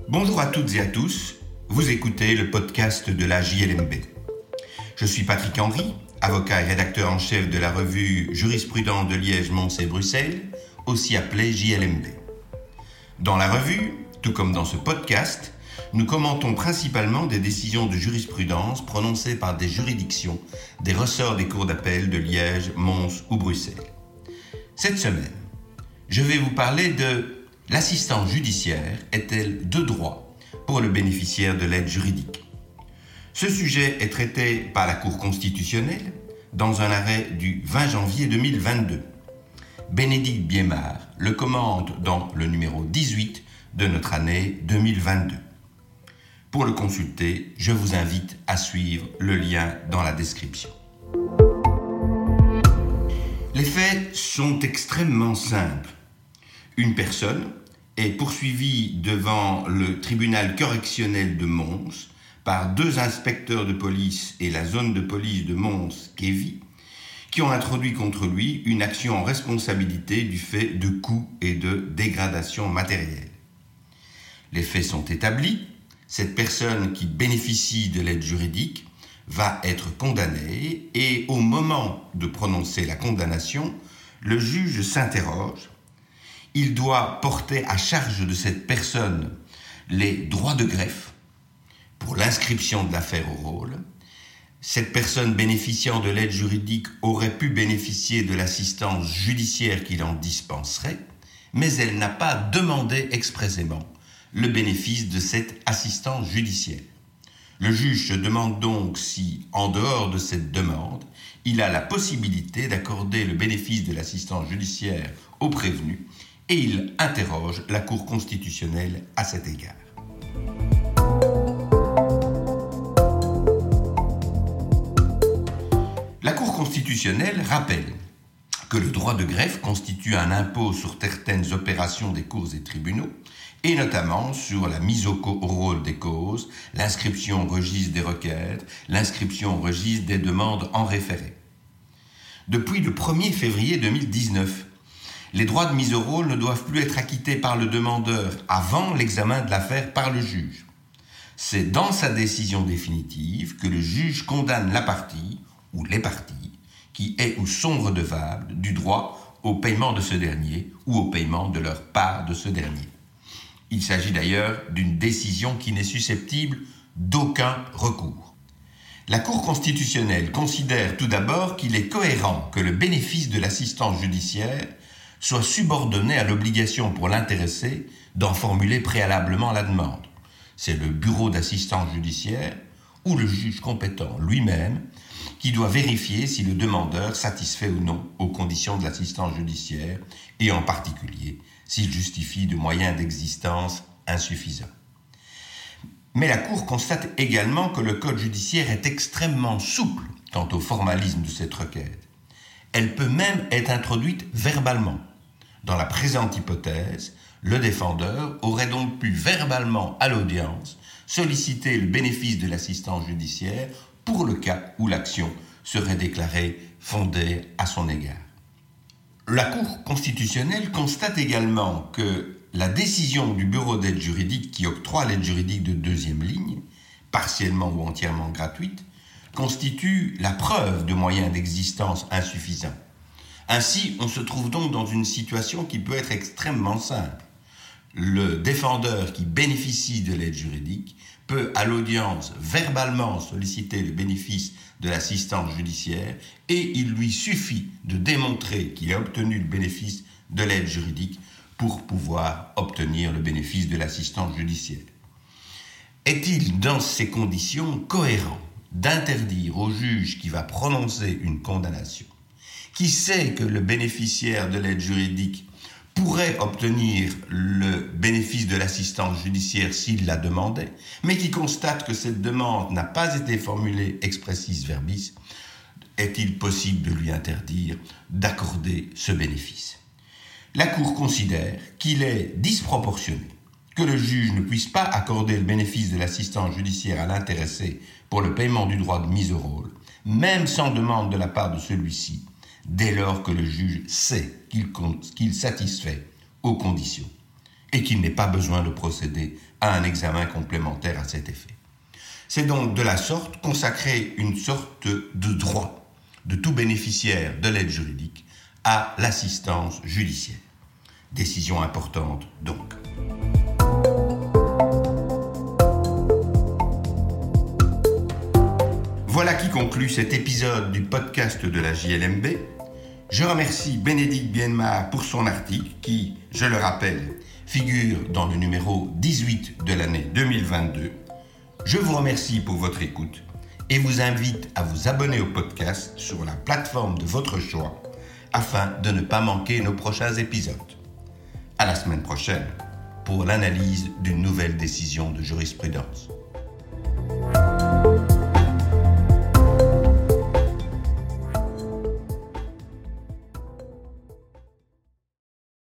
Bonjour à toutes et à tous, vous écoutez le podcast de la JLMB. Je suis Patrick Henry, avocat et rédacteur en chef de la revue Jurisprudence de Liège, Mons et Bruxelles, aussi appelée JLMB. Dans la revue, tout comme dans ce podcast, nous commentons principalement des décisions de jurisprudence prononcées par des juridictions des ressorts des cours d'appel de Liège, Mons ou Bruxelles. Cette semaine, je vais vous parler de l'assistance judiciaire est-elle de droit pour le bénéficiaire de l'aide juridique ? Ce sujet est traité par la Cour constitutionnelle dans un arrêt du 20 janvier 2022. Bénédicte Biémard le commente dans le numéro 18 de notre année 2022. Pour le consulter, je vous invite à suivre le lien dans la description. Les faits sont extrêmement simples. Une personne est poursuivie devant le tribunal correctionnel de Mons par 2 inspecteurs de police et la zone de police de Mons-Kévy qui ont introduit contre lui une action en responsabilité du fait de coups et de dégradation matérielle. Les faits sont établis. Cette personne qui bénéficie de l'aide juridique va être condamnée et au moment de prononcer la condamnation, le juge s'interroge. Il doit porter à charge de cette personne les droits de greffe pour l'inscription de l'affaire au rôle. Cette personne bénéficiant de l'aide juridique aurait pu bénéficier de l'assistance judiciaire qu'il en dispenserait, mais elle n'a pas demandé expressément le bénéfice de cette assistance judiciaire. Le juge se demande donc si, en dehors de cette demande, il a la possibilité d'accorder le bénéfice de l'assistance judiciaire au prévenu, et il interroge la Cour constitutionnelle à cet égard. La Cour constitutionnelle rappelle que le droit de greffe constitue un impôt sur certaines opérations des cours et tribunaux, et notamment sur la mise au rôle des causes, l'inscription au registre des requêtes, l'inscription au registre des demandes en référé. Depuis le 1er février 2019, les droits de mise au rôle ne doivent plus être acquittés par le demandeur avant l'examen de l'affaire par le juge. C'est dans sa décision définitive que le juge condamne la partie ou les parties qui est ou sont redevables du droit au paiement de ce dernier ou au paiement de leur part de ce dernier. Il s'agit d'ailleurs d'une décision qui n'est susceptible d'aucun recours. La Cour constitutionnelle considère tout d'abord qu'il est cohérent que le bénéfice de l'assistance judiciaire soit subordonné à l'obligation pour l'intéressé d'en formuler préalablement la demande. C'est le bureau d'assistance judiciaire ou le juge compétent lui-même qui doit vérifier si le demandeur satisfait ou non aux conditions de l'assistance judiciaire et en particulier s'il justifie de moyens d'existence insuffisants. Mais la Cour constate également que le Code judiciaire est extrêmement souple quant au formalisme de cette requête. Elle peut même être introduite verbalement. Dans la présente hypothèse, le défendeur aurait donc pu verbalement à l'audience solliciter le bénéfice de l'assistance judiciaire pour le cas où l'action serait déclarée fondée à son égard. La Cour constitutionnelle constate également que la décision du bureau d'aide juridique qui octroie l'aide juridique de 2e ligne, partiellement ou entièrement gratuite, constitue la preuve de moyens d'existence insuffisants. Ainsi, on se trouve donc dans une situation qui peut être extrêmement simple. Le défendeur qui bénéficie de l'aide juridique peut à l'audience verbalement solliciter le bénéfice de l'assistance judiciaire et il lui suffit de démontrer qu'il a obtenu le bénéfice de l'aide juridique pour pouvoir obtenir le bénéfice de l'assistance judiciaire. Est-il dans ces conditions cohérent d'interdire au juge qui va prononcer une condamnation, qui sait que le bénéficiaire de l'aide juridique pourrait obtenir le bénéfice de l'assistance judiciaire s'il la demandait, mais qui constate que cette demande n'a pas été formulée expressis verbis, est-il possible de lui interdire d'accorder ce bénéfice ? La Cour considère qu'il est disproportionné que le juge ne puisse pas accorder le bénéfice de l'assistance judiciaire à l'intéressé pour le paiement du droit de mise au rôle, même sans demande de la part de celui-ci, dès lors que le juge sait qu'il satisfait aux conditions et qu'il n'est pas besoin de procéder à un examen complémentaire à cet effet. C'est donc de la sorte consacrer une sorte de droit de tout bénéficiaire de l'aide juridique à l'assistance judiciaire. Décision importante donc. Voilà qui conclut cet épisode du podcast de la JLMB. Je remercie Bénédicte Biennemar pour son article qui, je le rappelle, figure dans le numéro 18 de l'année 2022. Je vous remercie pour votre écoute et vous invite à vous abonner au podcast sur la plateforme de votre choix afin de ne pas manquer nos prochains épisodes. À la semaine prochaine pour l'analyse d'une nouvelle décision de jurisprudence.